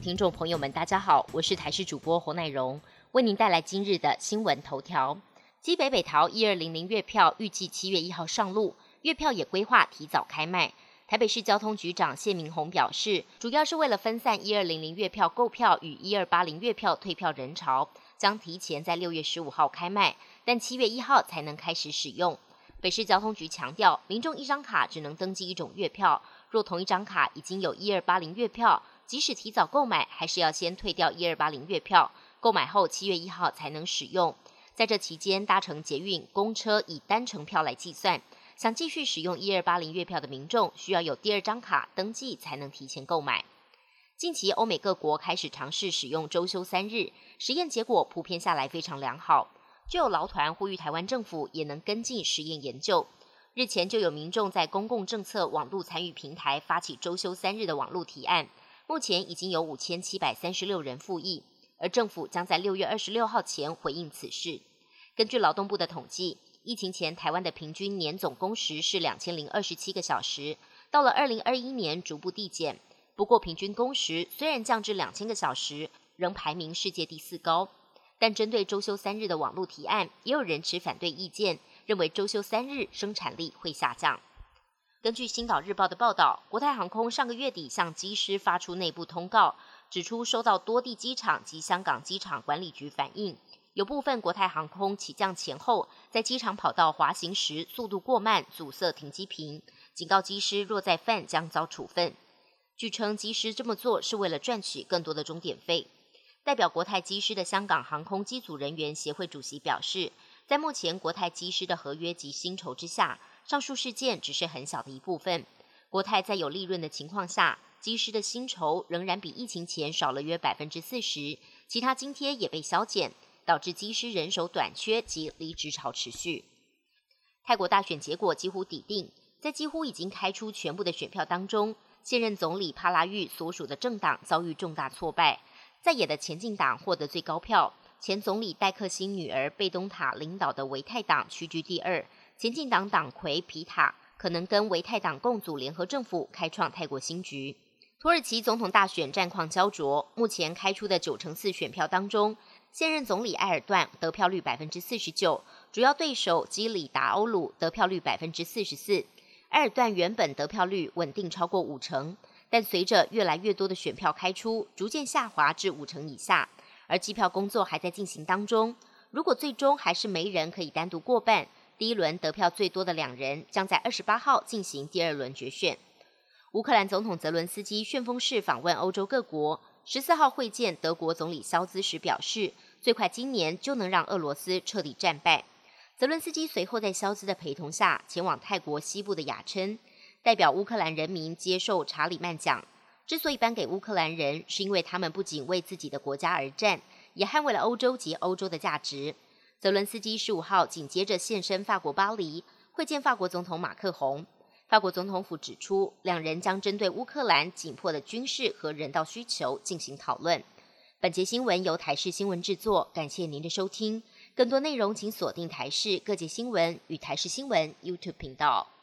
听众朋友们，大家好，我是台视主播侯乃荣，为您带来今日的新闻头条。基北北桃1200月票预计7月1号上路，月票也规划提早开卖。台北市交通局长谢明宏表示，主要是为了分散1200月票购票与1280月票退票人潮，将提前在6月15号开卖，但7月1号才能开始使用。北市交通局强调，民众一张卡只能登记一种月票，若同一张卡已经有1280月票，即使提早购买，还是要先退掉1280月票，购买后7月1号才能使用。在这期间，搭乘捷运、公车以单程票来计算，想继续使用1280月票的民众，需要有第二张卡登记才能提前购买。近期欧美各国开始尝试使用周休3日，实验结果普遍下来非常良好。就有劳团呼吁台湾政府也能跟进实验研究。日前就有民众在公共政策网络参与平台发起周休3日的网络提案，目前已经有5736人附议，而政府将在6月26号前回应此事。根据劳动部的统计，疫情前台湾的平均年总工时是2027个小时，到了2021年逐步递减。不过平均工时虽然降至2000个小时，仍排名世界第4高。但针对周休3日的网络提案，也有人持反对意见，认为周休3日生产力会下降。根据星岛日报的报道，国泰航空上个月底向机师发出内部通告，指出收到多地机场及香港机场管理局反映，有部分国泰航空起降前后在机场跑道滑行时速度过慢，阻塞停机坪，警告机师若再犯将遭处分。据称机师这么做是为了赚取更多的钟点费。代表国泰机师的香港航空机组人员协会主席表示，在目前国泰机师的合约及薪酬之下，上述事件只是很小的一部分。国泰在有利润的情况下，机师的薪酬仍然比疫情前少了约40%，其他津贴也被削减，导致机师人手短缺及离职潮持续。泰国大选结果几乎底定，在几乎已经开出全部的选票当中，现任总理帕拉育所属的政党遭遇重大挫败。在野的前进党获得最高票，前总理戴克辛女儿贝东塔领导的维泰党屈居第二，前进党党魁皮塔可能跟维泰党共组联合政府，开创泰国新局。土耳其总统大选战况焦灼，目前开出的9成4选票当中，现任总理埃尔段得票率49%，主要对手基里达欧鲁得票率44%。埃尔段原本得票率稳定超过5成。但随着越来越多的选票开出，逐渐下滑至5成以下，而计票工作还在进行当中。如果最终还是没人可以单独过半，第一轮得票最多的2人将在28号进行第2轮决选。乌克兰总统泽伦斯基旋风式访问欧洲各国，14号会见德国总理肖兹时表示，最快今年就能让俄罗斯彻底战败。泽伦斯基随后在肖兹的陪同下前往泰国西部的雅琛，代表乌克兰人民接受查理曼奖。之所以颁给乌克兰人，是因为他们不仅为自己的国家而战，也捍卫了欧洲及欧洲的价值。泽伦斯基15号紧接着现身法国巴黎，会见法国总统马克宏。法国总统府指出，两人将针对乌克兰紧迫的军事和人道需求进行讨论。本节新闻由台视新闻制作，感谢您的收听。更多内容请锁定台视各界新闻与台视新闻 YouTube 频道。